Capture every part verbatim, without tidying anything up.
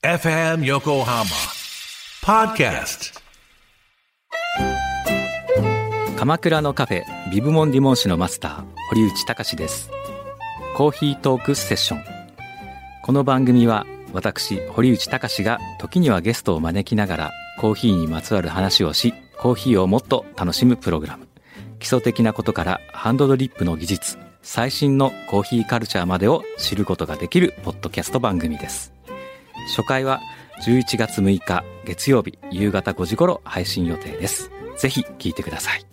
エフエム Yokohama Podcast。 鎌倉のカフェビブモンディモン市のマスター堀内隆です。コーヒートークセッション。この番組は私堀内隆が時にはゲストを招きながらコーヒーにまつわる話をし、コーヒーをもっと楽しむプログラム。基礎的なことからハンドドリップの技術、最新のコーヒーカルチャーまでを知ることができるポッドキャスト番組です。初回はじゅういちがつむいか月曜日夕方ごじ頃配信予定です。ぜひ聞いてください。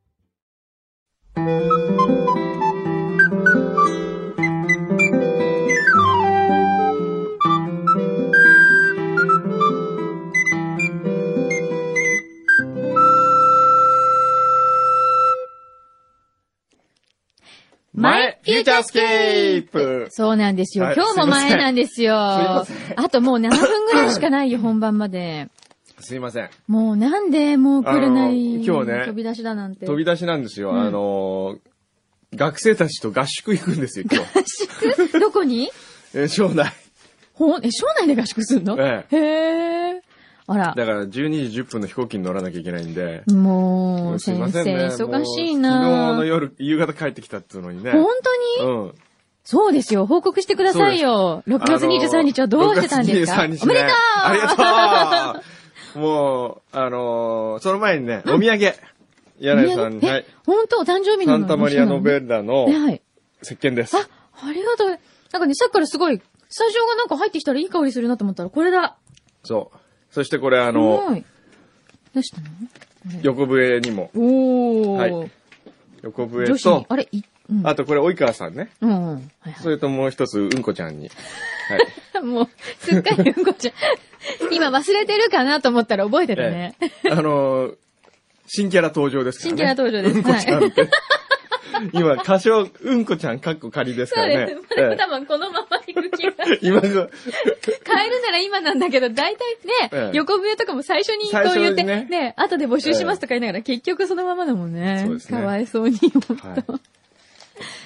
前、フューチャースケープ。 そうなんですよ。 はい、 今日も前なんですよ。 すいません。 あともう何分ぐらいしかないよ、本番まで。 すいません。 もうなんでもう来れない。 今日ね。 飛び出しだなんて。 飛び出しなんですよ。うん、あのー、学生たちと合宿行くんですよ、今日。 合宿どこにえ、庄内。 ほん、え、庄内で合宿するの？ ええ。 へー。あら。 だからじゅうにじじゅっぷんの飛行機に乗らなきゃいけないんで。 もう、 すいませんね。 先生、忙しいな。 昨日の夜、夕方帰ってきたっていうのにね。 本当に？ うん。 そうですよ。報告してくださいよ。ろくがつにじゅうさんにちはどうしてたんですか？ ろくがつにじゅうさんにち、ね、 おめでとう！ ありがとうもう、あのー、その前にね、お土産。柳井さんに。はい。 本当？お誕生日のサンタマリアノベッラの石鹸です。 あ、ありがとう。なんかね、さっきからすごい、スタジオがなんか入ってきたらいい香りするなと思ったら、これだ。 そう。そしてこれあの、 どうしたの？ 横笛にも。 おー。 はい。横笛と、 あれ、い、 うん、あとこれ及川さんね。 うん、はいはい。 それともう一つ、うんこちゃんに。 はい。もう、すっかりうんこちゃん。今忘れてるかなと思ったら覚えてるね。 ええ、あのー、新キャラ登場ですからね。 新キャラ登場です。 うんこちゃんって。はい今、歌唱、うんこちゃん、かっこ仮ですからね。 そうです。これも多分このまま行く気が。 今が。 変えるなら今なんだけど、大体ね、ええ、横笛とかも最初にこう言って、ね、ね、後で募集しますとか言いながら、ええ、結局そのままだもんね。そうですね。かわいそうに思った。はい、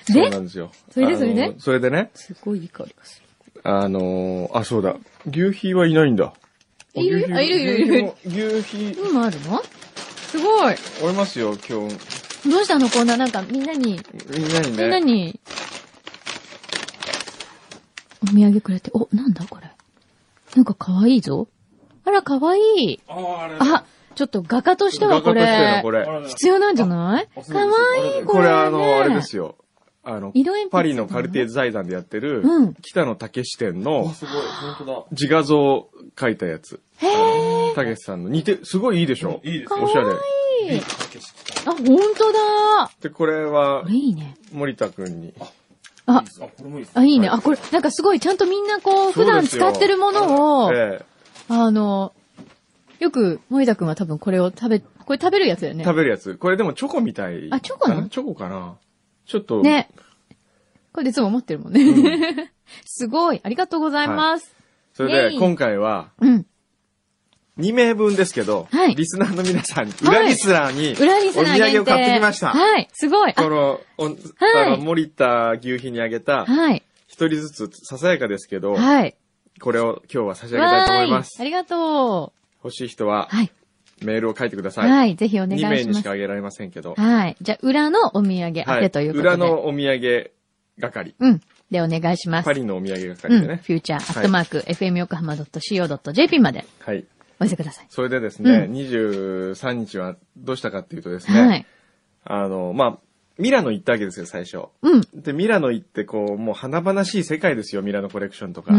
そうなんですよ。 それでそれでそれでね。 すごいいい香りがする。 あのー、あ、そうだ。牛皮はいないんだ。 いるあ、いるいるいる。 牛皮。 今あるの？すごい。 おりますよ、今日。 どうしたのこんな、なんかみんなに。 みんなにね。 みんなに。お土産くれて。お、なんだこれ。なんかかわいいぞ。あら、かわいい。 あ、あれ。 あ、ちょっと画家としてはこれ。画家としてはこれ。必要なんじゃない？かわいい、これ。 これあの、あれですよ。あの、パリのカルティエ財団でやってる、うん、北野武店の、 すごい、本当だ。 自画像を描いたやつ。 へー。 武さんの似て、すごいいいでしょ？ いいですね。おしゃれ。 あ、本当だ。 で、これは、 これいいね。 森田くんに。 あ、あ、いいね。あ、これ、なんかすごい、ちゃんとみんなこう、普段使ってるものを、ええ、あの、よく、森田くんは多分これを食べ、これ食べるやつだよね。 食べるやつ。これでもチョコみたい。 あ、チョコなの？ チョコかな。ちょっと。 ね。これでいつも持ってるもんね。うん、すごい。ありがとうございます。 はい、それで、今回は、 うん。 にめいぶんですけど、はい、リスナーの皆さんに、裏リスナーに、お土産を買ってきました。 はい、すごい。 この、おはい、あの、森田牛皮にあげた、はい。一人ずつ、ささやかですけど、はい。これを今日は差し上げたいと思います。 ありがとう。 欲しい人は、はい。メールを書いてください。 はい、ぜひお願いします。 にめいにしかあげられませんけど。 はい。じゃあ、裏のお土産当てということで。 裏のお土産係。 うん。で、お願いします。 パリのお土産係でね。 うん、フューチャー、アットマーク、エフエム 横浜 ドットシーオー ドットジェーピー まで。 はい。 お寄せください。 それでですね、うん、にじゅうさんにちはどうしたかっていうとですね、はい、あの、まあ、ミラノ行ったわけですよ、最初。 うん。 で、ミラノ行ってこう、もう華々しい世界ですよ、ミラノコレクションとか。 うん。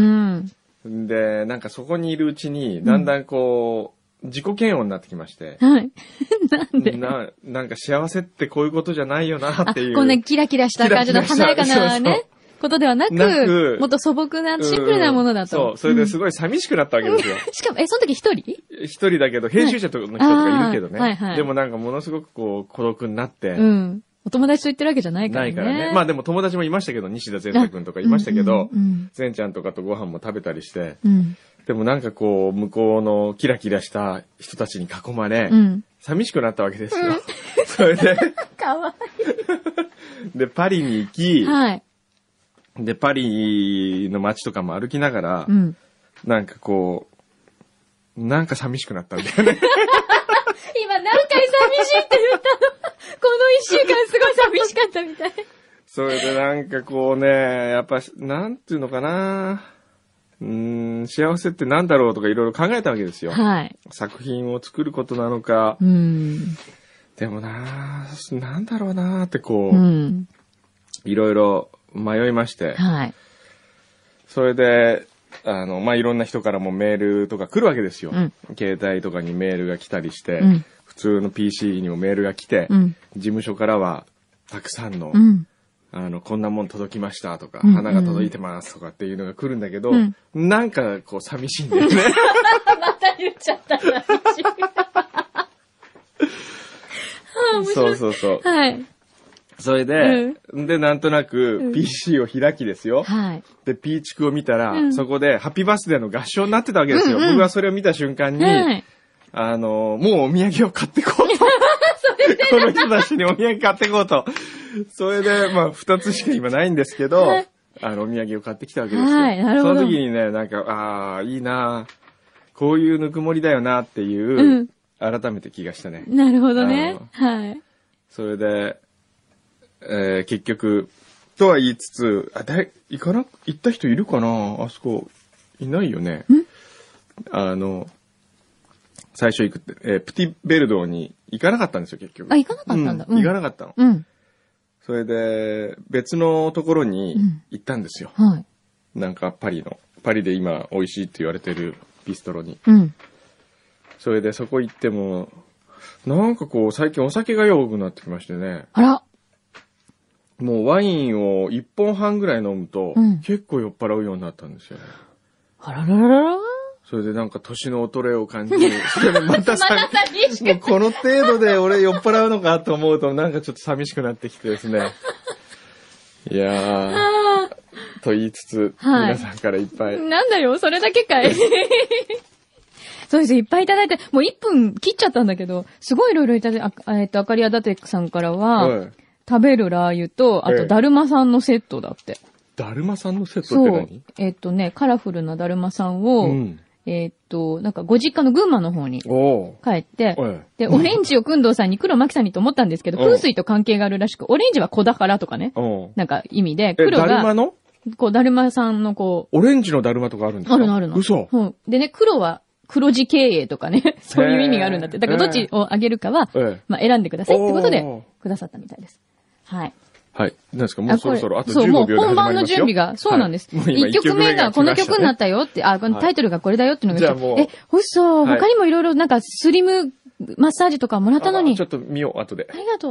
で、なんかそこにいるうちに、だんだんこう、自己嫌悪になってきまして。 はい。なんでな、なんか幸せってこういうことじゃないよなっていう。 こんなキラキラした感じの華やかなね。ことではなく、なくもっと素朴なシンプルなものだと。 そう、それですごい寂しくなったわけですよ。 しかも、え、その時一人一人だけど、編集者の人とかいるけどね。はいはい、でもなんかものすごくこう、孤独になって。 うん。お友達と言ってるわけじゃないからね。 ないからね。まあでも友達もいましたけど、西田善太くんとかいましたけど、善、うん、ちゃんとかとご飯も食べたりして、うん、でもなんかこう、向こうのキラキラした人たちに囲まれ、うん、寂しくなったわけですよ。うん、それで、 かわいい。で、パリに行き、 はい。 で、パリの街とかも歩きながら、 うん、 なんかこう、なんか寂しくなったんだよね。 今何回寂しいって言ったのこの一週間すごい寂しかったみたい。 それでなんかこうね、やっぱ、なんていうのかな。うーん、幸せってなんだろうとかいろいろ考えたわけですよ。 はい。 作品を作ることなのか。 うん。 でもなぁ、なんだろうなぁってこう、うん、いろいろ迷いまして。 はい。 それで、あの、まあ、いろんな人からもメールとか来るわけですよ。うん、携帯とかにメールが来たりして、うん、普通の ピーシー にもメールが来て、うん、事務所からはたくさんの、うん、あの、こんなもん届きましたとか、うん、花が届いてますとかっていうのが来るんだけど、うん、なんかこう寂しいんだよね。 また言っちゃったな、私。 そうそうそう。 はい。 それで、うん、で、なんとなく ピーシー を開きですよ。 うん、はい。 で、ピーチクを見たら、うん、そこでハッピーバースデーの合唱になってたわけですよ。うんうん、僕はそれを見た瞬間に、はい、あの、もうお土産を買ってこうと。この人たちにお土産買ってこうと。それで、まあ、二つしか今ないんですけど、はい、あの、お土産を買ってきたわけですよ。はい、なるほど。その時にね、なんか、ああ、いいなこういうぬくもりだよなっていう、うん、改めて気がしたね。 なるほどね。はい。 それで、えー、結局、とは言いつつ、あ、だい、行かな、行った人いるかなあそこ、いないよね。あの、最初行くって、えー、プティベルドーに行かなかったんですよ、結局。 あ、行かなかったんだ。 うん、行かなかったの。 うん。 それで、別のところに行ったんですよ。 うん、はい。 なんかパリの、パリで今美味しいって言われてるビストロに。 うん。 それでそこ行っても、なんかこう、最近お酒が弱くなってきましてね。 あら。 もうワインをいっぽんはんぐらい飲むと、うん、結構酔っ払うようになったんですよね。 あららららら。 それでなんか年の衰えを感じる。それでまたさ、もうこの程度で俺酔っ払うのかと思うとなんかちょっと寂しくなってきてですね。いやー、と言いつつ、はい、皆さんからいっぱい。 なんだよ、それだけかい。そうです、いっぱいいただいて、もういっぷん切っちゃったんだけど、すごいいろいろいただいて、えっと、アカリアダテックさんからは、はい、食べるラー油と、あと、だるまさんのセットだって。 だるまさんのセットって何？ そう。えっとね、カラフルなだるまさんを、うん、えっと、なんかご実家の群馬の方に帰って、で、オレンジをくんどうさんに黒巻さんにと思ったんですけど、風水と関係があるらしく、オレンジは子だからとかね、なんか意味で、 黒が、だるまのこう、だるまさんのこう、 オレンジのだるまとかあるんですか？ あるのあるの。 嘘。 うん。でね、黒は、黒字経営とかね、そういう意味があるんだって。だからどっちをあげるかは、まあ選んでくださいってことで、くださったみたいです。はい。 はい。何ですかもうそろそろあとじゅうごびょうで始まりますよ。そう、もう本番の準備が、そうなんです。はい、いっきょくめがこの曲になったよって、あ、このタイトルがこれだよっていうのが、はい、じゃあもう。え、嘘、はい、他にもいろいろなんかスリムマッサージとかもらったのに。 ちょっと見よう、後で。 ありがとう。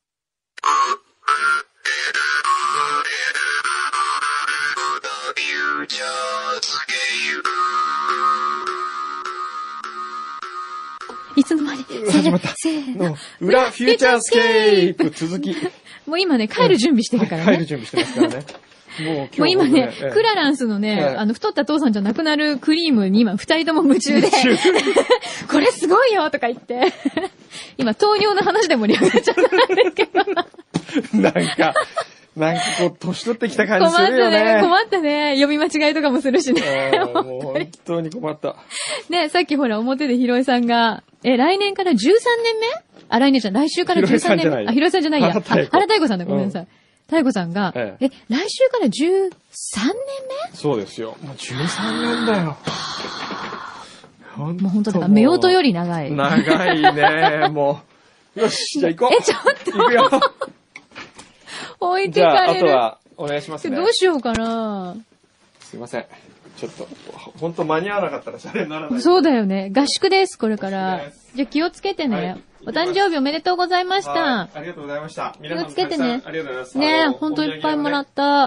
いつの間に始まった。せーの。裏フューチャースケープ続き。 もう今ね、帰る準備してるからね。 帰る準備してますからね。 もう, もう今ね、ええ、クラランスのね、ええ、あの、太った父さんじゃなくなるクリームに今二人とも夢中で、これすごいよとか言って、今糖尿の話で盛り上がっちゃったんですけど。 なんか、なんかこう、年取ってきた感じするよね。 困ったね、困ったね。読み間違いとかもするしね。 もう本当に困った。 ね、さっきほら表でひろえさんが、え、来年からじゅうさんねんめあ、来年じゃ来週からじゅうさんねんめあ、ひろえさんじゃないや。原太子さんだ、ごめんなさい。太子さんが、ええ、え、来週からじゅうさんねんめそうですよ。もうじゅうさんねんだよ。 もう本当だから、目音より長い。 長いね、もう。よし、じゃあ行こう。 え、ちょっと。 行くよ。 置いてかれる。 じゃあ、あとは、お願いしますね。 どうしようかな。 すいません。ちょっと、本当間に合わなかったらシャレにならない。 そうだよね。合宿です、これから。じゃあ気をつけてね。はい、お誕生日おめでとうございました。 ありがとうございました。 気をつけてね。 ありがとうございます。 ねえ、ほんといっぱいもらった。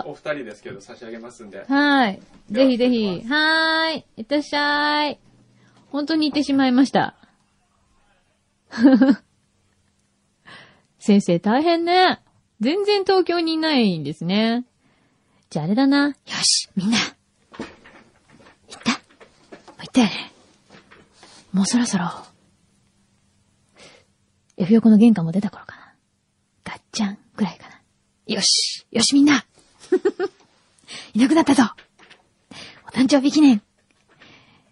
お二人ですけど差し上げますんで。 はい。ぜひぜひ。はーい。いってらっしゃい。本当に行ってしまいました。先生大変ね。全然東京にいないんですね。じゃああれだな。よし、みんな。行った？もう行ったよね。もうそろそろ。F 横の玄関も出た頃かな。ガッチャンぐらいかな。よし、よしみんな。いなくなったぞ。お誕生日記念。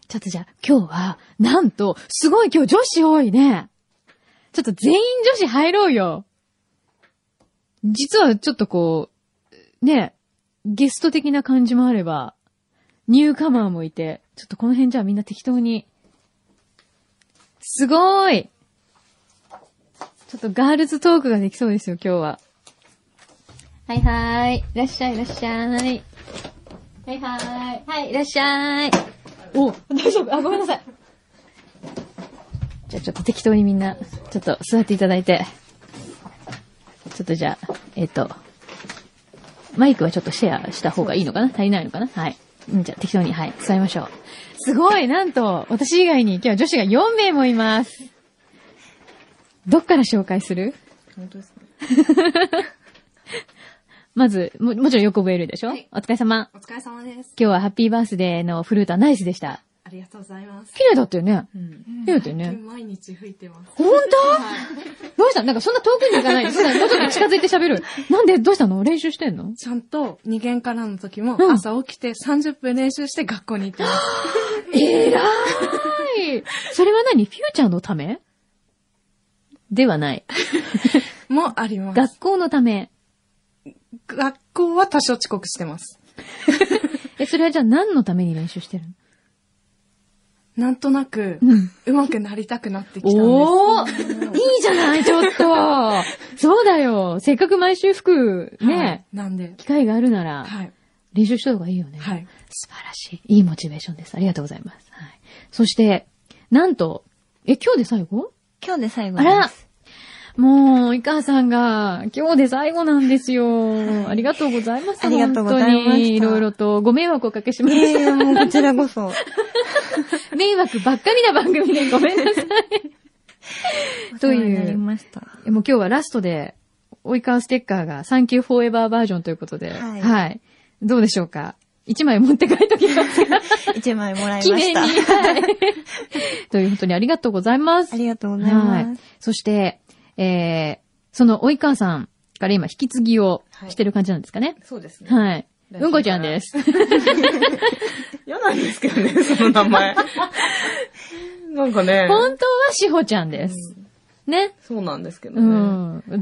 ちょっとじゃあ、今日は、なんと、すごい今日女子多いね。ちょっと全員女子入ろうよ。実はちょっとこう、ね、ゲスト的な感じもあれば、ニューカマーもいて、ちょっとこの辺じゃあみんな適当に。すごーい。ちょっとガールズトークができそうですよ、今日は。はいはーい。いらっしゃい、いらっしゃい。はいはい。はい、いらっしゃい。お、大丈夫？あ、ごめんなさい。じゃあちょっと適当にみんな、ちょっと座っていただいて。ちょっとじゃあ、えっと、マイクはちょっとシェアした方がいいのかな？足りないのかな？はい。うん、じゃあ適当に、はい、座りましょう。すごい、なんと、私以外に今日は女子がよんめいもいます。どっから紹介する？ 本当ですね。 まず、も、もちろん横笛いるでしょ？はい、お疲れ様。 お疲れ様です。 今日はハッピーバースデーのフルートはナイスでした。 ありがとうございます。 綺麗だったよね。 うん。 綺麗だったよね。 毎日吹いてます。 本当？はい、どうした？なんかそんな遠くに行かないで、そんな喉に近づいて喋る。なんで、どうしたの？練習してんの？ ちゃんとに限からの時も朝起きてさんじゅっぷん練習して学校に行ってます。 うん、えらーい。それは何？フューチャーのため？ではない。 もあります。 学校のため。 学校は多少遅刻してます。 え、それはじゃあ何のために練習してるの？ なんとなく、うん、上手くなりたくなってきたんです。 おーいいじゃない、ちょっと。そうだよ。せっかく毎週吹く、ね、はい。 なんで。 機会があるなら、 はい。 練習した方がいいよね。 はい。 素晴らしい。いいモチベーションです。ありがとうございます。はい。そして、なんと、え、今日で最後？ 今日で最後です。 あらもう、井川さんが、今日で最後なんですよ。ありがとうございます。 ありがとうございます。 いろいろとご迷惑をおかけしました。 いやいや、もうこちらこそ。 迷惑ばっかりな番組でごめんなさい。という。 なりました。 もう今日はラストで、及川ステッカーがサンキューフォーエバーバージョンということで、はい。はい。どうでしょうか？一枚持って帰っときますが。 一枚もらいました。 記念に。はい。という、本当にありがとうございます。 ありがとうございます。はい。 そして、えー、その及川さんから今引き継ぎをしてる感じなんですかね。はい、 そうですね。 はい。うんこちゃんです。 嫌なんですけどね、その名前。なんかね。 本当はしほちゃんです。うん、ね。 そうなんですけどね。うん。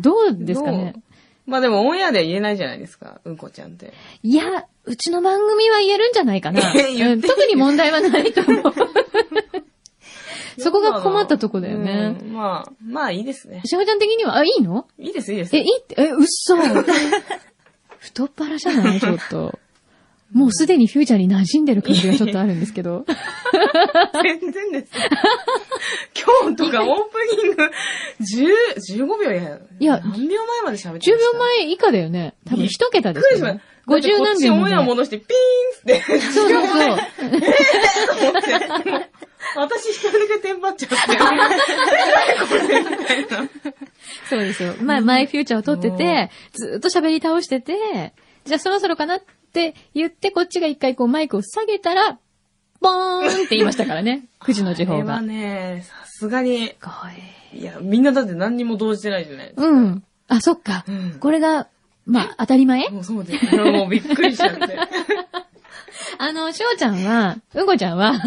どうですかね。 まあでもオンエアでは言えないじゃないですか、うんこちゃんって。 いや、うちの番組は言えるんじゃないかな。うん、特に問題はないと思う。そこが困ったとこだよね。 うん、まあ、まあいいですね。 しほちゃん的には、あ、いいの？ いいです、いいです。 え、いいって、え、嘘。太っ腹じゃない？ちょっと。もうすでにフューチャーに馴染んでる感じがちょっとあるんですけど。 全然です。今日とかオープニングじゅう、じゅうごびょうや。いや、何秒前まで喋ってました？ じゅう 秒前以下だよね。多分一桁ですよね。ごじゅう何秒まで。こっちオンエア戻してピーンって。 そうそうそう。えーと思って。私一人でテンパっちゃって。これみたいな。 そうですよ。まあ、マイフューチャーを撮ってて、ずっと喋り倒してて、じゃあそろそろかなって言って、こっちが一回こうマイクを下げたら、ボーンって言いましたからね。くじの時報が。 あれはね、さすがに。いや、みんなだって何にも動じてないじゃないですか。 うん。あ、そっか。うん、これが、まあ、当たり前？ もうそうです。もうびっくりしちゃって。 あの、しょうちゃんは、うごちゃんは、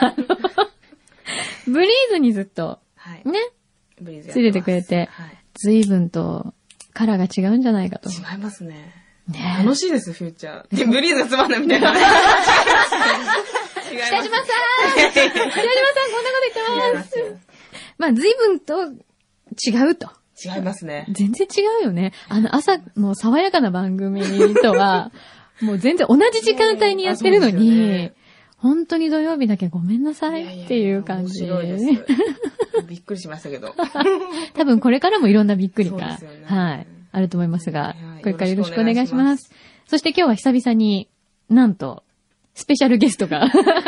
ブリーズにずっと、はい、ね。ブリーズついててくれて、はい、随分とカラーが違うんじゃないかと。 違いますね。ね楽しいです、フューチャー。で、ブリーズがつまんないみたいな。違います。 北島さん北島さん、こんなこと言ってます。まあ、随分と違うと。 違いますね。 全然違うよね。あの、朝の爽やかな番組とは、もう全然同じ時間帯にやってるのに、ね、本当に土曜日だけごめんなさいっていう感じ。いやいやいや面白いです。 びっくりしましたけど。 多分これからもいろんなびっくりが、ね、はい、あると思いますが、これからよろしくお願いします。そして今日は久々になんと、スペシャルゲストが、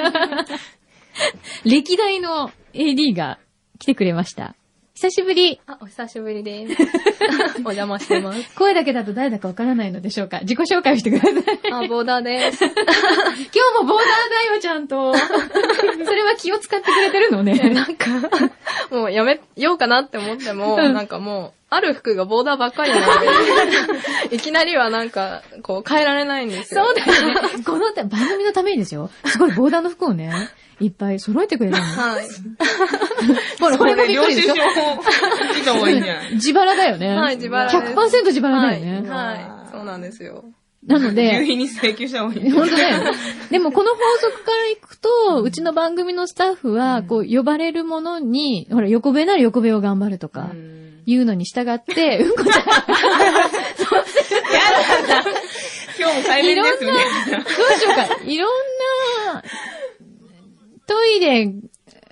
歴代の エーディー が来てくれました。久しぶり。 あ、お久しぶりです。お邪魔してます。 声だけだと誰だかわからないのでしょうか。自己紹介をしてください。 あ、ボーダーです。 今日もボーダーだよ、ちゃんと。それは気を使ってくれてるのね。 なんか、 もうやめようかなって思っても、なんかもう、ある服がボーダーばっかりなので、いきなりはなんか、こう変えられないんですよ。 そうだよね。この番組のためにですよ。すごいボーダーの服をね、いっぱい揃えてくれるの。 はい。 ほら、これもびっくりでしょ。 領収書を見た方がいいんじゃない自腹だよね。 はい、自腹です。 ひゃくパーセント 自腹だよね。 はい。はい、そうなんですよ。 なので、 郵便に請求した方がいい。 本当だよ。でもこの法則からいくと、うちの番組のスタッフは、こう、呼ばれるものに、ほら、横笛なら横笛を頑張るとか、いうのに従って、うんこちゃん。そうする。 やだな。今日も対面ですみたいな。 どうしようか。いろんな、トイレに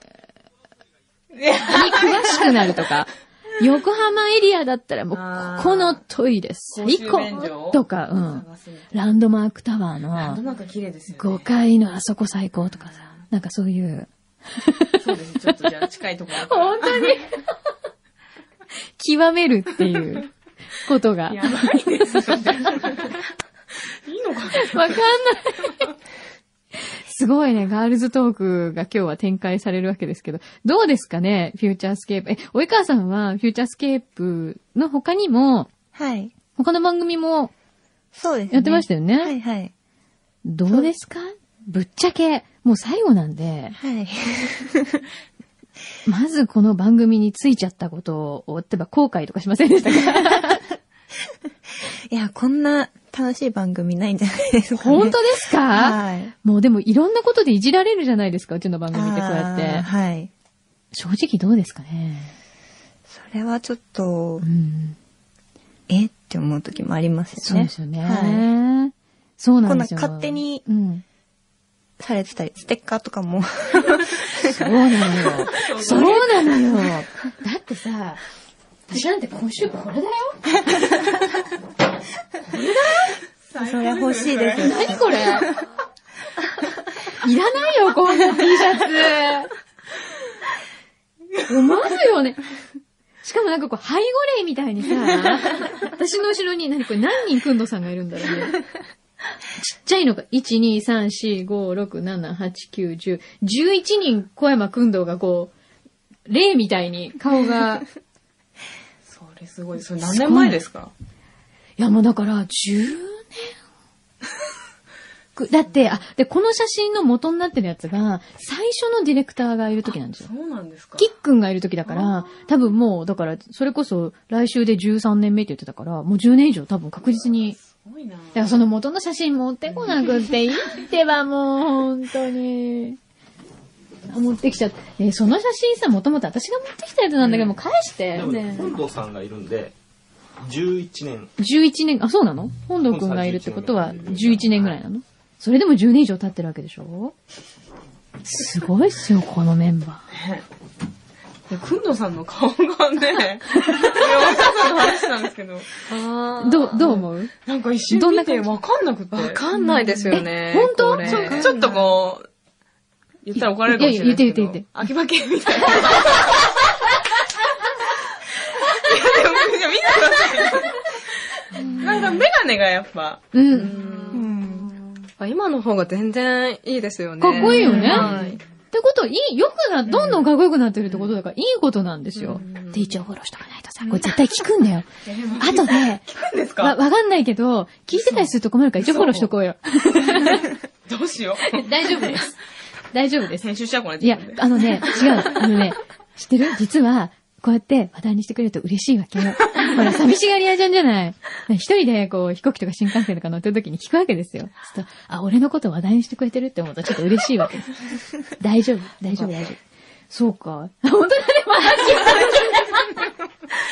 詳しくなるとか。横浜エリアだったらもう、ここのトイレ最高とか、うん。ランドマークタワーの、 ランドマーク綺麗ですよね。 ごかいのあそこ最高とかさ、なんかそういう。 そうです。ちょっとじゃあ近いところ。 本当に極めるっていうことが。 やばいですよね。いいのかなわかんない。すごいね、ガールズトークが今日は展開されるわけですけど、どうですかね、フューチャースケープ。え、及川さんはフューチャースケープの他にも、 はい。 他の番組も、 そうですね。 やってましたよね。 はいはい。 どうですか？ぶっちゃけ、もう最後なんで、 はい。 まずこの番組についちゃったことを、例えば後悔とかしませんでしたか？ いや、こんな楽しい番組ないんじゃないですかね。 本当ですか？ はい。 もうでもいろんなことでいじられるじゃないですか、うちの番組ってこうやって。 はい。 正直どうですかね。 それはちょっと、 うん、 えって思う時もありますよね。 そうですよね。はい。そうなんですよ。 こんな勝手に、うんされてたり、ステッカーとかも。 そうなのよ。そうなのよ。だってさ、私なんて今週これだよ。これだよ。 それ欲しいです。 何これいらないよ、こんな T シャツ。思うよね。しかもなんかこう、背後霊みたいにさ、私の後ろに何これ何人くんどさんがいるんだろうね。ちっちゃいのが、いち、に、さん、よん、ご、ろく、なな、はち、きゅう、じゅう、じゅういちにん小山くんどうがこう、霊みたいに顔が。 それすごい。それ何年前ですか？ いやもうだから、じゅうねんだって、あ、で、この写真の元になってるやつが、最初のディレクターがいる時なんですよ。 そうなんですか。 キックンがいる時だから、多分もう、だから、それこそ来週でじゅうさんねんめって言ってたから、もうじゅうねん以上多分確実に。 すごいな。だからその元の写真持ってこなくっていいってばもう、本当に。持ってきちゃって。えー、その写真さ、もともと私が持ってきたやつなんだけど、もう返して。 でもね、本堂さんがいるんで、じゅういちねん。 じゅういちねん、あ、そうなの？本堂くんがいるってことはじゅういちねんぐらいなの？それでもじゅうねん以上経ってるわけでしょ？すごいっすよ、このメンバー。くんどさんの顔がね、いや、お母さんの話なんですけど。 あどう、どう思う？ なんか一瞬見てわかんなくて。 わかんないですよね。 本当？ ちょっとこう、言ったら怒られるかもしれないですけど。 いやいや、言って言って言って。 秋葉系みたいな。いや、でも、見てください。なんかメガネがやっぱ。 うん。 うん、今の方が全然いいですよね。 かっこいいよね。はい、ってことは、いい、よくな、どんどんかっこよくなってるってことだから、いいことなんですよ。で、一応フォローしとかないとさ、これ絶対聞くんだよ。あとね、 聞くんですか？ わ、わかんないけど、聞いてたりすると困るから一応フォローしとこうよ。 どうしよう。 大丈夫です。大丈夫です。 編集しちゃうかな。 いや、あのね、違う。あのね、知ってる？実は、こうやって話題にしてくれると嬉しいわけよ。ほら、寂しがり屋ちゃんじゃない。一人でこう、飛行機とか新幹線とか乗ってる時に聞くわけですよ。そうすると、あ、俺のこと話題にしてくれてるって思うとちょっと嬉しいわけです。大丈夫、大丈夫、大丈夫。そうか。本当だね、話聞いた。確かに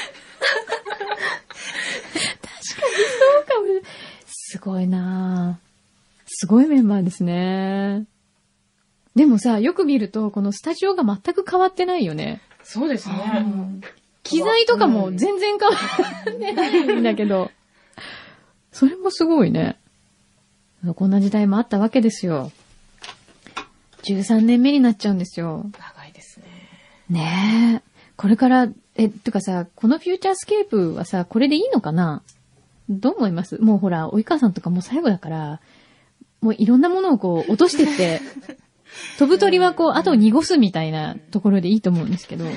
そうかも。すごいなぁ。すごいメンバーですね。でもさ、よく見ると、このスタジオが全く変わってないよね。 そうですね。 機材とかも全然変わってないんだけど。それもすごいね。こんな時代もあったわけですよ。じゅうさんねんめになっちゃうんですよ。 長いですね。 ねえ。これから、え、てかさ、このフューチャースケープはさ、これでいいのかな？どう思います？もうほら、及川さんとかもう最後だから、もういろんなものをこう落としてって、 飛ぶ鳥はこう、後を濁すみたいなところでいいと思うんですけど。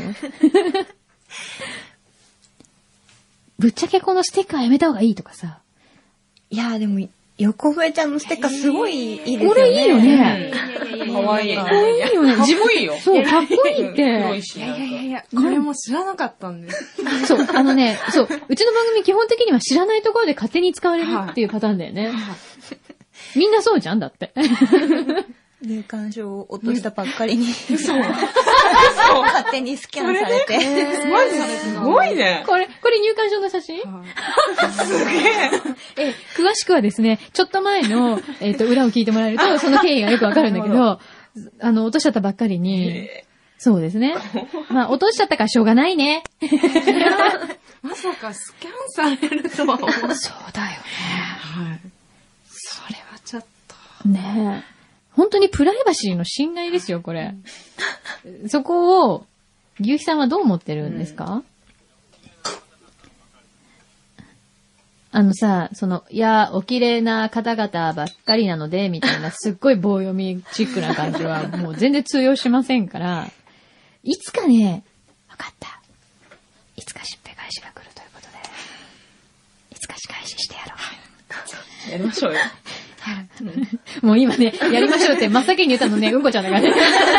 ぶっちゃけこのステッカーやめた方がいいとかさ。 いやーでも、横笛ちゃんのステッカーすごいいいですよね。 これいいよね。 かわいい。 かわいいよね。 かっこいいよ。 そう、かっこいいって。いやいやいやいや、これも知らなかったんです。 そう、あのね、そう、うちの番組基本的には知らないところで勝手に使われるっていうパターンだよね。みんなそうじゃんだって。 入館証を落としたばっかりに。 嘘。 勝手にスキャンされて。 マジすごいね。 これ、これ入館証の写真すげえ。 え、詳しくはですね、ちょっと前の、えっと、裏を聞いてもらえると、その経緯がよくわかるんだけど、あの、落としちゃったばっかりに、そうですね。まあ、落としちゃったからしょうがないね。 まさかスキャンされるとは思う。そうだよね。はい。それはちょっと。 ねえ。本当にプライバシーの侵害ですよ、これ。そこを、牛肥さんはどう思ってるんですか、うん、あのさ、その、いや、お綺麗な方々ばっかりなので、みたいな、すっごい棒読みチックな感じは、もう全然通用しませんから、いつかね、わかった。いつかしっぺ返しが来るということで、いつか仕返ししてやろう。やりましょうよ。 もう今ね、やりましょうって真っ先に言ったのね、うんこちゃんだからね。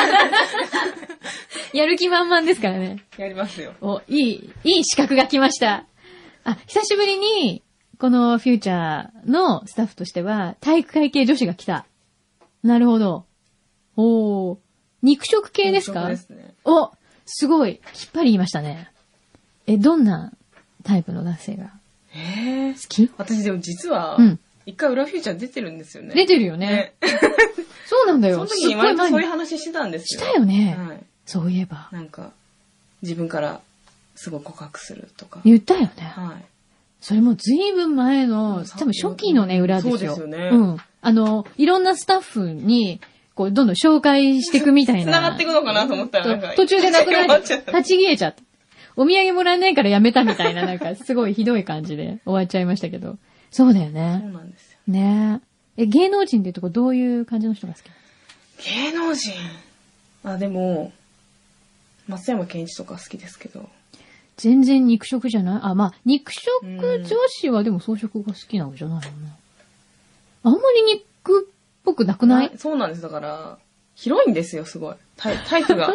やる気満々ですからね。 やりますよ。 お、いい、いい資格が来ました。あ、久しぶりに、このフューチャーのスタッフとしては、体育会系女子が来た。なるほど。おー。肉食系ですか？ 肉食ですね。 お、すごい。きっぱり言いましたね。え、どんなタイプの男性がえー、 好き？ 私でも実は、 うん。 一回裏フューチャー出てるんですよね。 出てるよね。ねそうなんだよ。 その時に割とそういう話してたんですよ。 したよね。 はい。 そういえば。 なんか、自分からすごい告白するとか。 言ったよね。 はい。 それもずいぶん前の、多分初期のね、裏ですよ。 そうですよね。 うん。あの、いろんなスタッフに、こう、どんどん紹介していくみたいな。 繋がっていくのかなと思ったらなんか。 途中でなくなり、立ち消えちゃった。お土産もらえないからやめたみたいな、なんか、すごいひどい感じで終わっちゃいましたけど。そうだよね。 そうなんですよ。 ねえ。え、芸能人っていうとこどういう感じの人が好き？ 芸能人あ、でも、松山ケンイチとか好きですけど。 全然肉食じゃない？あ、まあ、肉食女子はでも草食が好きなわけじゃないよね。あんまり肉っぽくなくない？ そうなんです。だから、広いんですよ、すごい。タイタイプが。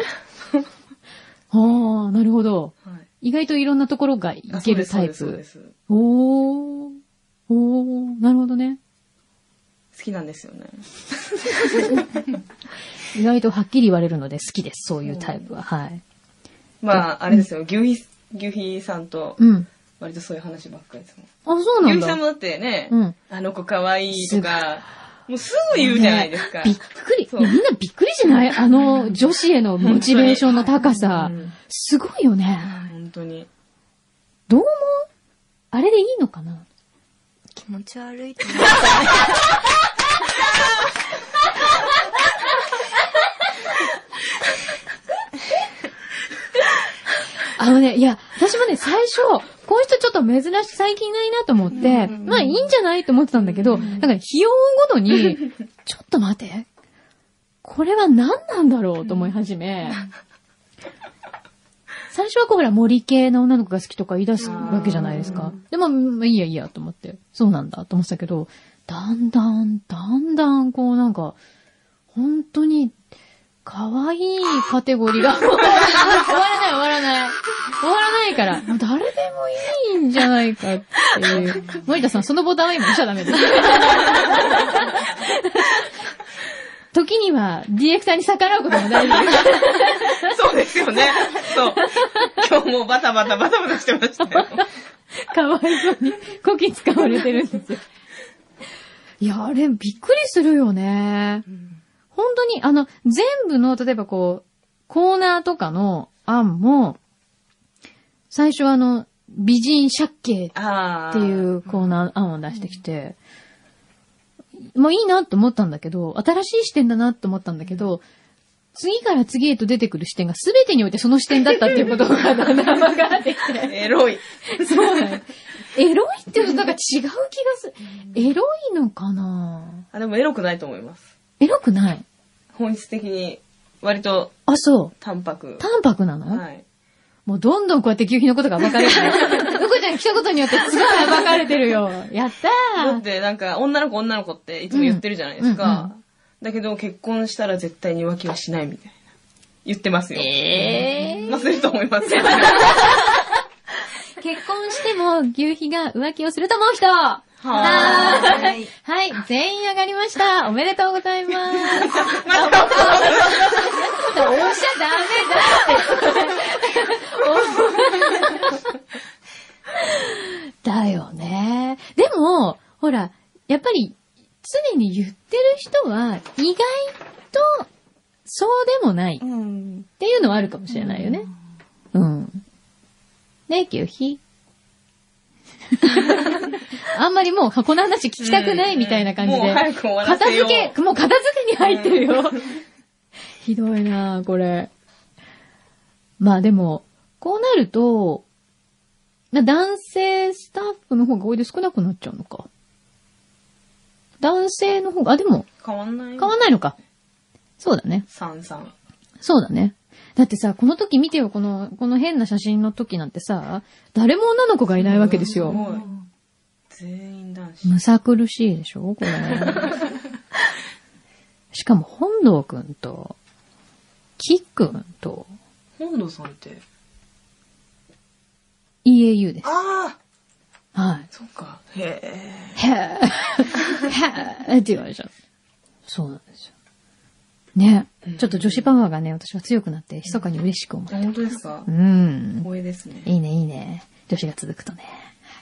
ああ、なるほど、はい。意外といろんなところがいけるタイプ。そうです、そうです。おー。おー、なるほどね。 好きなんですよね。 意外とはっきり言われるので好きです、そういうタイプは。はい。 まあ、あれですよ、牛皮、牛皮さんと、割とそういう話ばっかりですもん。 あ、そうなんだ。 牛皮さんもだってね、うん、あの子可愛いとか、もうすぐ言うじゃないですか。 ね、びっくり。みんなびっくりじゃない？あの女子へのモチベーションの高さ。すごいよね。 本当に。 どう思う？あれでいいのかな？ 気持ち悪いと思あのね、いや、私もね、最初、こういう人ちょっと珍しく最近いないなと思って、まあいいんじゃないと思ってたんだけど、なんか日を追うごとに、ちょっと待て、これは何なんだろうと思い始め、最初はこうほら森系の女の子が好きとか言い出すわけじゃないですか。でも、まあいいやいいやと思って、そうなんだと思ってたけど、だんだん、だんだんこうなんか、本当に、可愛いカテゴリーが、終わらない終わらない。終わらないから、もう誰でもいいんじゃないかっていう。森田さん、そのボタンは今押しちゃダメです。時には、ディレクターに逆らうことも大事です。 そうですよね。そう。今日もバタバタバタバタしてましたよ。 かわいそうに、こき使われてるんですよ。いや、あれ、びっくりするよね。うん本当に、あの、全部の、例えばこう、コーナーとかの案も、最初はあの、美人借景っていうコーナー案を出してきて、もういいなと思ったんだけど、新しい視点だなと思ったんだけど、次から次へと出てくる視点が全てにおいてその視点だったっていうことがだんだん分かってきて。 エロい。 そうだね。エロいっていうとなんか違う気がする。エロいのかなあ、でもエロくないと思います。 エロくない。 本質的に割と。 あ、そう。 淡白。 淡白なの？ はい。 もうどんどんこうやって牛皮のことが暴かれるね。うこちゃん来たことによってすごい暴かれてるよ。やったー。 だってなんか女の子女の子っていつも言ってるじゃないですか。うんうんうん、だけど結婚したら絶対に浮気はしないみたいな。言ってますよ。えー。まあすると思いますよ。 結婚しても牛皮が浮気をすると思う人。はーい。はい。全員上がりました。おめでとうございます。押しちゃダメだって。だよね。でも、ほら、やっぱり常に言ってる人は意外とそうでもないっていうのはあるかもしれないよね。うん。うん、ね、牛皮。あんまりもう箱の話聞きたくないみたいな感じで。うんうん、もう早く終わらせよう。片付け、もう片付けに入ってるよ。ひどいなぁ、これ。まあでも、こうなると、男性スタッフの方が多いで少なくなっちゃうのか。男性の方が、あ、でも。 変わんない。 変わんないのか。そうだね。 三三。 そうだね。だってさ、この時見てよ、この、この変な写真の時なんてさ、誰も女の子がいないわけですよ。すごい。 全員男子。 むさ苦しいでしょこれ。しかも、本堂くんと、キッくんと。 本堂さんってイーエーユー です。 ああ。はい。 そっか。へえ。 へえ。へえ。って言われちゃう。そうなんですよ。ね、うん、ちょっと女子パワーがね、私は強くなって、密かに嬉しく思って。 本当ですか？ うん。 光栄ですね。 いいね、いいね。女子が続くとね。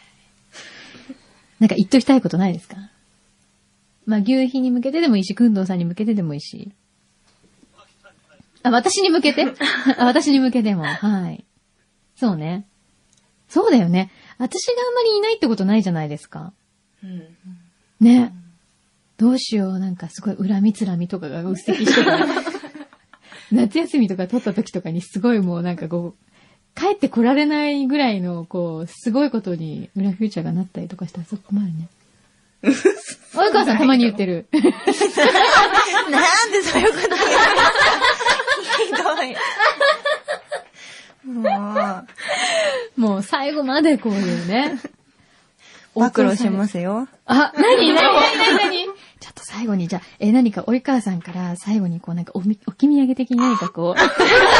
なんか言っときたいことないですか？まあ、牛皮に向けてでもいいし、くんどうさんに向けてでもいいし。あ、私に向けてあ私に向けても。はい。そうね。そうだよね。私があんまりいないってことないじゃないですか。うん。ね。どうしよう、なんかすごい恨みつらみとかがうっせきしてた。夏休みとか取った時とかにすごいもうなんかこう、帰ってこられないぐらいの、こう、すごいことに裏フューチャーがなったりとかしたらそこ困るね。おいかわさんたまに言ってる。 なんでそういうこと言うの？ひどい。もう。もう最後までこういうね。 暴露しますよ。 あ、なになになになになにちょっと最後に、じゃあ、え、何か、及川さんから最後にこうなんかおみ、お気み上げ的に何かこう、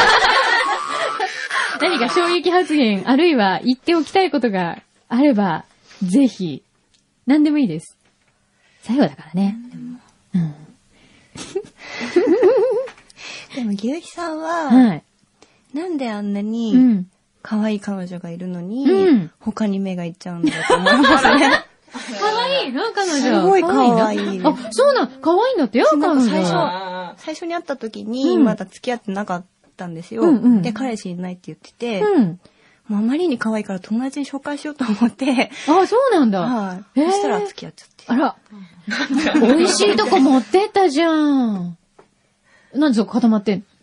何か衝撃発言、あるいは言っておきたいことがあれば、ぜひ、何でもいいです。最後だからね。うん。 でも、牛皮さんは、 はい。 なんであんなに、うん可愛い彼女がいるのに、うん、他に目がいっちゃうんだと思いますね。 可愛いな、彼女。 すごい可愛い。 あ、そうなん、可愛いんだってよ、彼女。 最初、最初に会った時に、まだ付き合ってなかったんですよ。うんうん、で、彼氏いないって言ってて、うん、もうあまりに可愛いから友達に紹介しようと思って。 あ、そうなんだ。 はい。そしたら付き合っちゃって。 あら。美味しいとこ持ってったじゃん。なんでそこ固まってんの？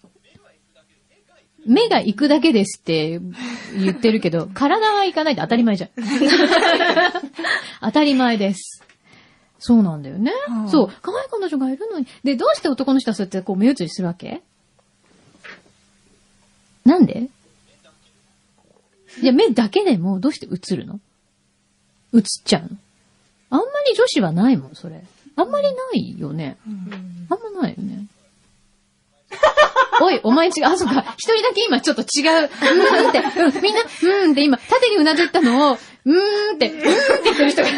目が行くだけですって言ってるけど、体は行かないって当たり前じゃん。当たり前です。そうなんだよね。はあ、そう。可愛い彼女がいるのに。で、どうして男の人はそうやってこう目移りするわけ？なんで？いや、目だけでもどうして映るの？映っちゃうの？あんまり女子はないもん、それ。あんまりないよね。うん、あんまないよね。おい、お前違う。あ、そうか。一人だけ今ちょっと違う。うーんって、うん、みんな、うーんって今、縦にうなずいたのを、うーんって、うーんって言ってる人が。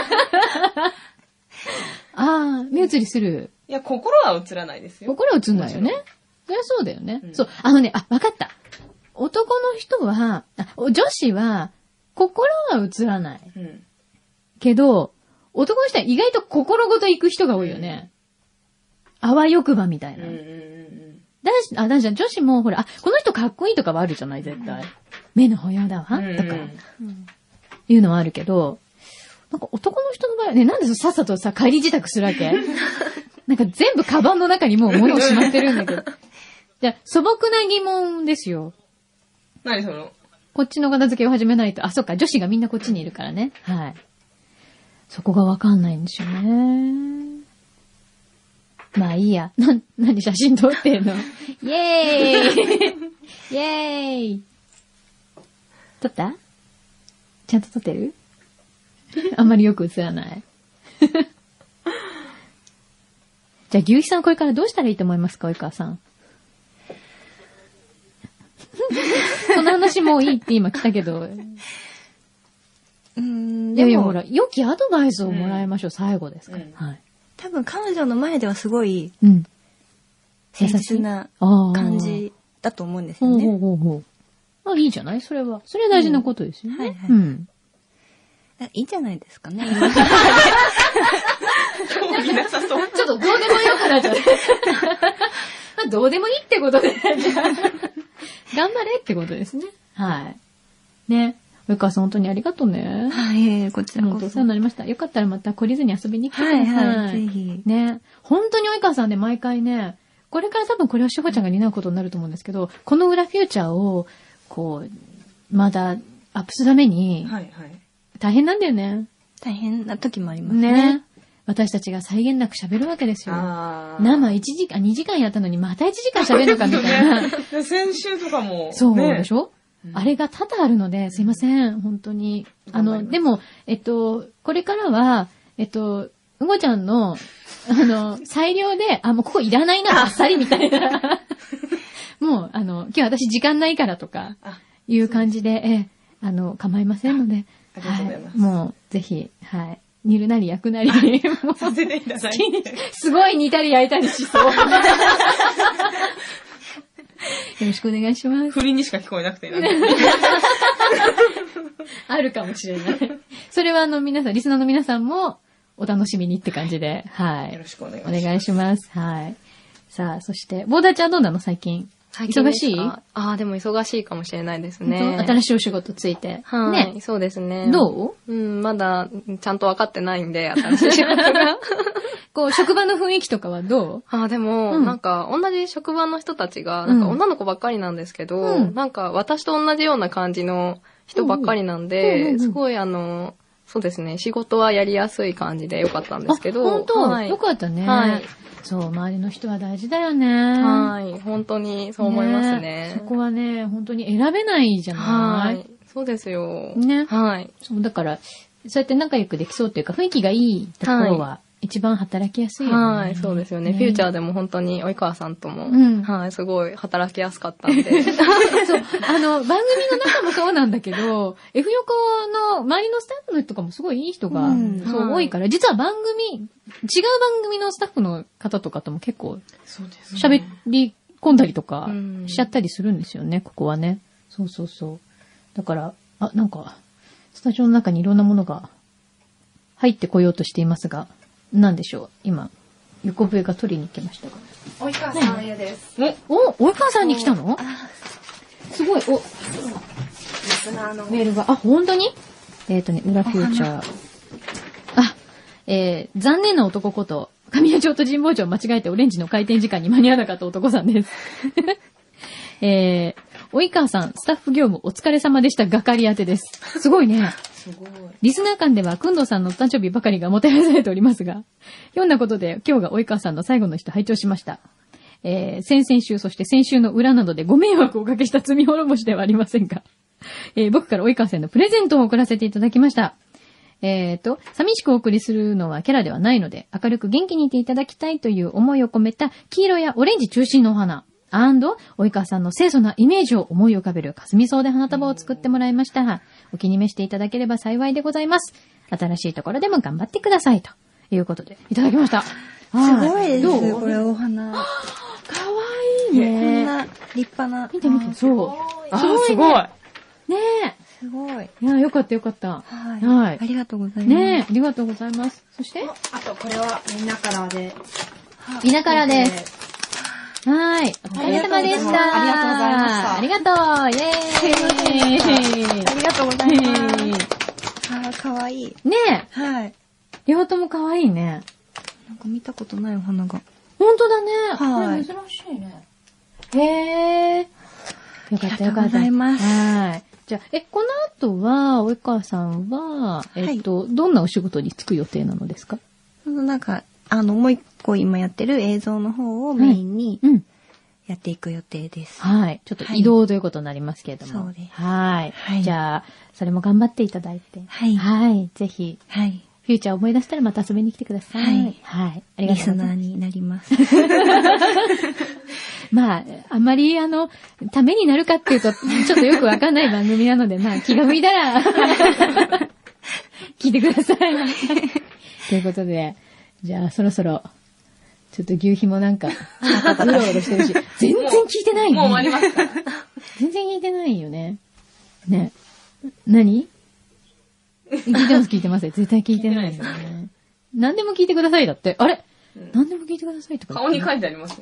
あー、目移りする。 いや、心は映らないですよ。 心は映んないよね。そりゃそうだよね。うん、そう。あのね、あ、わかった。男の人は、あ、女子は、心は映らない。うん、けど、男の人は意外と心ごと行く人が多いよね。あわよくばみたいな。うんうんうん男子、あ、男子は女子も、ほら、あ、この人かっこいいとかはあるじゃない、絶対。目の保養だわ、うんうん、とか、いうのはあるけど、なんか男の人の場合はね、なんでさっさとさ、帰り自宅するわけなんか全部カバンの中にもう物をしまってるんだけど。じゃあ、素朴な疑問ですよ。 何そのこっちの片付けを始めないと、あ、そっか、女子がみんなこっちにいるからね。はい。そこがわかんないんですよね。 まあいいや。な、何写真撮ってんの？イェーイイェーイ撮った？ちゃんと撮ってる？あんまりよく映らない。じゃあ、牛肥さんこれからどうしたらいいと思いますか、及川さん。その話もういいって今来たけど。うーん、 でもいやいやほら、良きアドバイスをもらいましょう、うん、最後ですから。うん、はい。 多分彼女の前ではすごい、うん。誠実な感じだと思うんですよね。ほうほうほう。あ、いいじゃないそれは。それは大事なことですよね。うん、はいはい。うん。 いいんじゃないですかね。 興味なさそう。 ちょっとどうでもよくなっちゃう。まあどうでもいいってことで、頑張れってことですね。はい。ね。及川さん本当にありがとうね。 はい、こちらこそ。 本当お世話になりました。よかったらまた懲りずに遊びに来てください。はいはい、ぜひ。ね。本当に及川さんで毎回ね、これから多分これはしほちゃんが担うことになると思うんですけど、この裏フューチャーを、こう、まだアップするために、はいはい。大変なんだよね。 大変な時もありますね。ね。 私たちが際限なく喋るわけですよ。生いちじかん、にじかんやったのにまたいちじかん喋るのかみたいな。 先週とかも。 そうでしょ、うん、あれが多々あるので、すいません、本当に。あの、でも、えっと、これからは、えっと、うごちゃんの、あの、裁量で、あ、もうここいらないな、あっさりみたいな。もう、あの、今日私時間ないからとか、いう感じで、え、あの、構いませんので。 ありがとうございます。 はい、もう、ぜひ、はい。煮るなり焼くなり。もうさせていただいて。 すごい煮たり焼いたりしそう。よろしくお願いします。 振りにしか聞こえなくてなんあるかもしれない。それはあの皆さん、リスナーの皆さんもお楽しみにって感じで、はい。 よろしくお願いします。 お願いします。はい。さあ、そして、ボーダーちゃんどうなの最近？忙しい？ ああ、でも忙しいかもしれないですね。 新しいお仕事ついて。 はい、ね。そうですね。 どう？うん、まだちゃんと分かってないんで、新しい仕事が。 こう、職場の雰囲気とかはどう？ ああ、でも、うん、なんか、同じ職場の人たちが、なんか女の子ばっかりなんですけど、うん、なんか私と同じような感じの人ばっかりなんで、うん、すごいあの、そうですね、仕事はやりやすい感じでよかったんですけど。 本当、はい、よかったね。はい。そう、周りの人は大事だよね。 はい。本当にそう思いますね。 ね、そこはね、本当に選べないじゃない。はい。 そうですよ。 ね。 はい。 そう、だから、そうやって仲良くできそうっていうか、雰囲気がいいところは、一番働きやすいよね。 はい、そうですよね。ねフューチャーでも本当に及川さんとも、うん、はい、すごい働きやすかったんで。そう、 あの、番組の中もそうなんだけど、F 横の周りのスタッフの人とかもすごいいい人が、うん、そう、はい、多いから、実は番組、違う番組のスタッフの方とかとも結構、喋り込んだりとかしちゃったりするんですよね、ここはね。そうそうそう。だから、あ、なんか、スタジオの中にいろんなものが入ってこようとしていますが、なんでしょう今、横笛が取りに行きましたが。 及川さん家です。 お、お、及川さんに来たの？すごい、お、メールが、あ、本当に？えっとね、裏フューチャー。あ、えー、残念な男こと、神谷町と神保町を間違えてオレンジの開店時間に間に合わなかった男さんです。えー、及川さん、スタッフ業務お疲れ様でした。係宛てです。すごいね。すごい。リスナー間では、くんどうさんのお誕生日ばかりがもてはやされておりますが、ひょんなことで今日が及川さんの最後の日と拝聴しました。えー、先々週、そして先週の裏などでご迷惑をおかけした罪滅ぼしではありませんか。えー、僕から及川さんのプレゼントを送らせていただきました。えーと、寂しくお送りするのはキャラではないので、明るく元気にいていただきたいという思いを込めた黄色やオレンジ中心のお花。アンド、及川さんの清楚なイメージを思い浮かべる霞草で花束を作ってもらいました。お気に召していただければ幸いでございます。新しいところでも頑張ってください。ということで、いただきました。すごいです。これお花。かわいいね。 こんな立派な。 見て見て。そう。 あ、すごい。ねえ。 すごい。 いや、よかったよかった。 はい。はい。ありがとうございます。 ねえ、ありがとうございます。そしてあと、これはみんなからで。 みんなからです。はい。お疲れ様でした。 ありがとうございました。 ありがとう。イェーイ。 ありがとうございます。あー、かわいい。 ねえ。はい。 両方ともかわいいね。 なんか見たことないお花が。 ほんとだね。 はい。 珍しいね。へー。よかったよかった。ありがとうございます。 はい。じゃあ、え、この後は、及川さんは、えっと、どんなお仕事に就く予定なのですか？ なんか、 あの、もう一個今やってる映像の方をメインに、やっていく予定です。 はい。ちょっと移動ということになりますけれども。 そうです。 はい。はい。じゃあ、それも頑張っていただいて。 はい。 はい。ぜひ。 はい。 フューチャー思い出したらまた遊びに来てください。はい。はい。 ありがとうございます。リスナーになります。 まあ、あまり、あの、ためになるかっていうと、ちょっとよくわかんない番組なので、まあ、気が向いたら、聞いてください。ということで、じゃあ、そろそろ、ちょっと牛皮もなんか、うろうろしてるし、全然聞いてないね。 もう終わりますから。 全然聞いてないよね。ね。何聞いてます、聞いてます。絶対聞いてないよね。何でも聞いてくださいだって。あれ、うん、何でも聞いてくださいとか。 顔に書いてありますよ。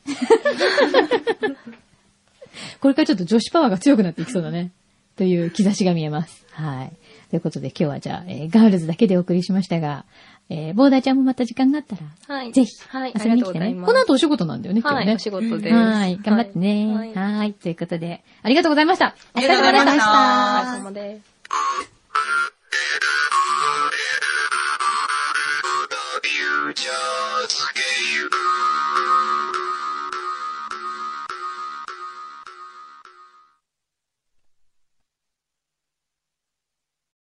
これからちょっと女子パワーが強くなっていきそうだね。という兆しが見えます。はい。ということで今日はじゃあ、えー、ガールズだけでお送りしましたが、えー、ボーダーちゃんもまた時間があったら、はい、ぜひ、はい、遊びに来てね。この後お仕事なんだよね、今日ね。 はい、お仕事です。 はい、頑張ってね。はい、はい、ということで、ありがとうございました。 ありがとうございました。 お疲れ様です。